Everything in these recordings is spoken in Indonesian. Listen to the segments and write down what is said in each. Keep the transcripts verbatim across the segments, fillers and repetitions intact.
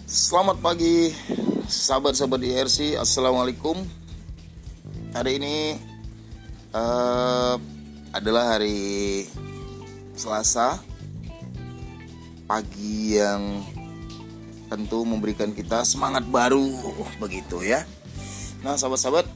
Selamat pagi sahabat-sahabat I R C. Assalamualaikum. Hari ini uh, adalah hari Selasa, pagi yang tentu memberikan kita semangat baru, begitu ya. Nah sahabat-sahabat,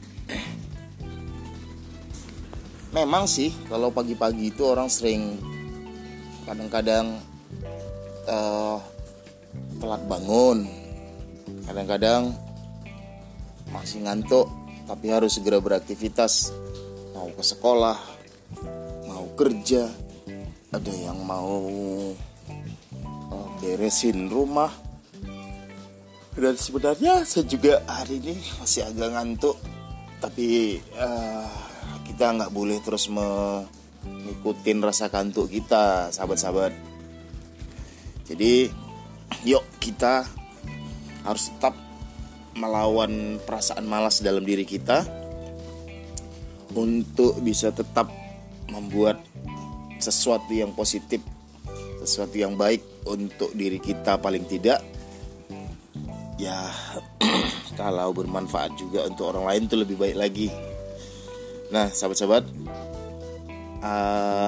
memang sih kalau pagi-pagi itu orang sering kadang-kadang uh, telat bangun, kadang-kadang masih ngantuk tapi harus segera beraktivitas, mau ke sekolah, mau kerja, ada yang mau uh, beresin rumah. Dan sebenarnya saya juga hari ini masih agak ngantuk, tapi uh, kita nggak boleh terus mengikutin rasa kantuk kita, sahabat-sahabat. Jadi yuk kita harus tetap melawan perasaan malas dalam diri kita untuk bisa tetap membuat sesuatu yang positif, sesuatu yang baik untuk diri kita paling tidak. Ya kalau bermanfaat juga untuk orang lain itu lebih baik lagi. Nah sahabat-sahabat, uh,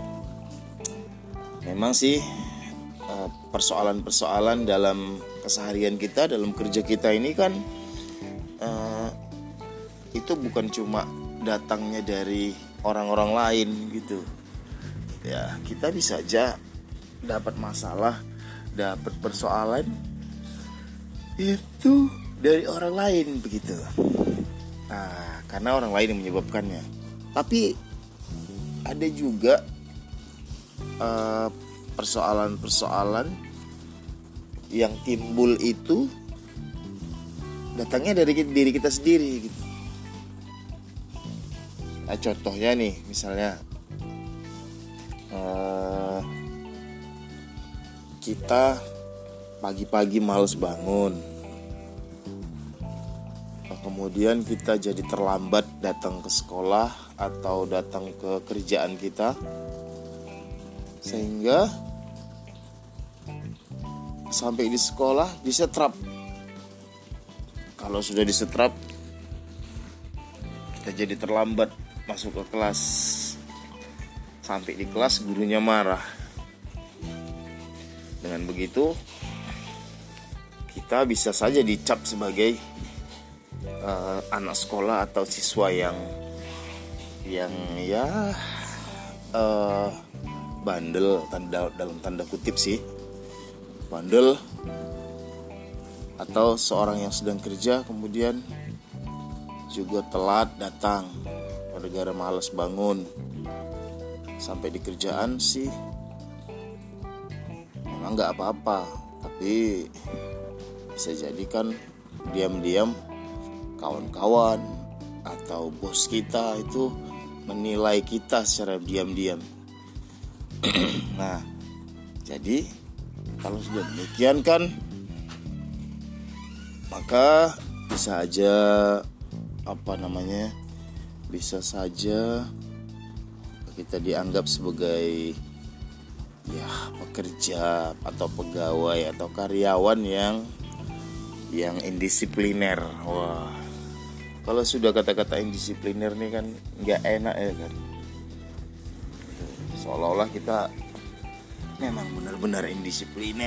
memang sih persoalan-persoalan dalam keseharian kita, dalam kerja kita ini kan uh, itu bukan cuma datangnya dari orang-orang lain gitu. Ya kita bisa aja dapat masalah, dapat persoalan itu dari orang lain begitu. Nah, karena orang lain yang menyebabkannya. Tapi ada juga uh, persoalan-persoalan yang timbul itu datangnya dari diri kita sendiri gitu. Nah, contohnya nih misalnya uh, kita pagi-pagi males bangun, kemudian kita jadi terlambat datang ke sekolah atau datang ke kerjaan kita, sehingga sampai di sekolah disetrap. Kalau sudah disetrap, kita jadi terlambat masuk ke kelas. Sampai di kelas gurunya marah. Dengan begitu kita bisa saja dicap sebagai uh, anak sekolah atau siswa yang yang ya uh, bandel, tanda, dalam tanda kutip sih bandel, atau seorang yang sedang kerja kemudian juga telat datang gara-gara malas bangun. Sampai di kerjaan sih memang gak apa-apa, tapi bisa jadi kan diam-diam kawan-kawan atau bos kita itu menilai kita secara diam-diam. Nah, jadi kalau sudah demikian kan, maka bisa aja apa namanya, bisa saja kita dianggap sebagai ya pekerja atau pegawai atau karyawan yang yang indisipliner. Wah, kalau sudah kata-kata indisipliner nih kan nggak enak ya kan. Seolah-olah kita memang benar-benar indisipliner.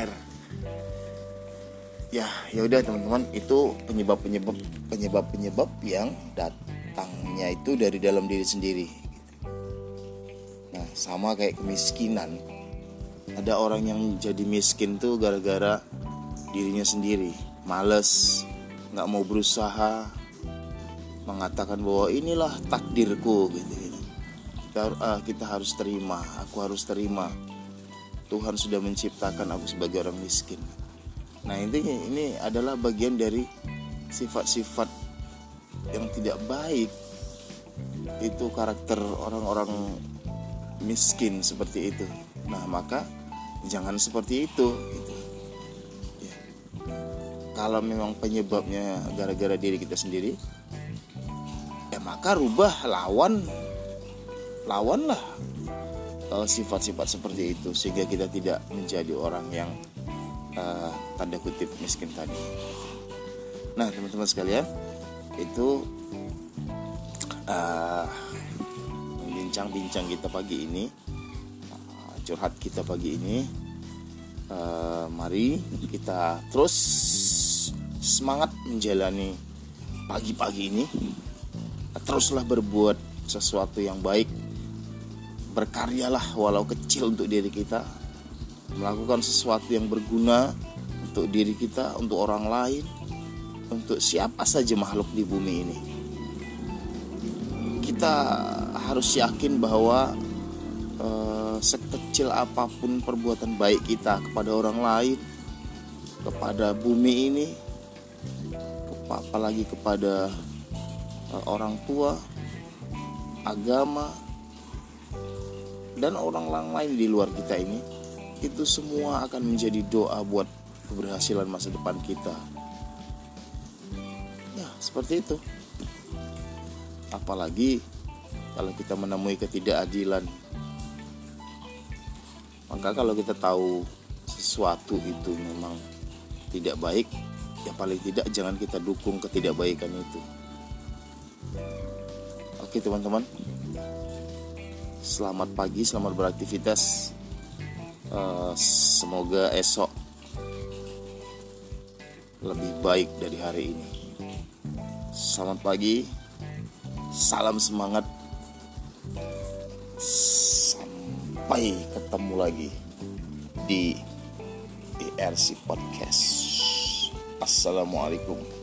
Ya, ya udah teman-teman, itu penyebab-penyebab penyebab-penyebab yang datangnya itu dari dalam diri sendiri. Nah, sama kayak kemiskinan. Ada orang yang jadi miskin tuh gara-gara dirinya sendiri, malas, nggak mau berusaha, mengatakan bahwa inilah takdirku gitu. Kita, uh, kita harus terima, aku harus terima. Tuhan sudah menciptakan aku sebagai orang miskin. Nah intinya ini adalah bagian dari sifat-sifat yang tidak baik. Itu karakter orang-orang miskin seperti itu. Nah maka jangan seperti itu gitu. Ya. Kalau memang penyebabnya gara-gara diri kita sendiri, ya maka rubah, lawan lawanlah uh, sifat-sifat seperti itu, sehingga kita tidak menjadi orang yang uh, tanda kutip miskin tadi. Nah teman-teman sekalian, itu uh, bincang-bincang kita pagi ini, uh, curhat kita pagi ini. uh, Mari kita terus semangat menjalani pagi-pagi ini. Teruslah berbuat sesuatu yang baik, berkaryalah walau kecil untuk diri kita, melakukan sesuatu yang berguna untuk diri kita, untuk orang lain, untuk siapa saja makhluk di bumi ini. Kita harus yakin bahwa eh, sekecil apapun perbuatan baik kita kepada orang lain, kepada bumi ini, apalagi kepada eh, orang tua, agama, dan orang lain di luar kita ini, itu semua akan menjadi doa buat keberhasilan masa depan kita. Ya, seperti itu. Apalagi kalau kita menemui ketidakadilan. Maka kalau kita tahu sesuatu itu memang tidak baik, ya paling tidak jangan kita dukung ketidakbaikan itu. Oke teman-teman, selamat pagi, selamat beraktivitas. uh, Semoga esok lebih baik dari hari ini. Selamat pagi, salam semangat, sampai ketemu lagi di E R C Podcast. Assalamualaikum.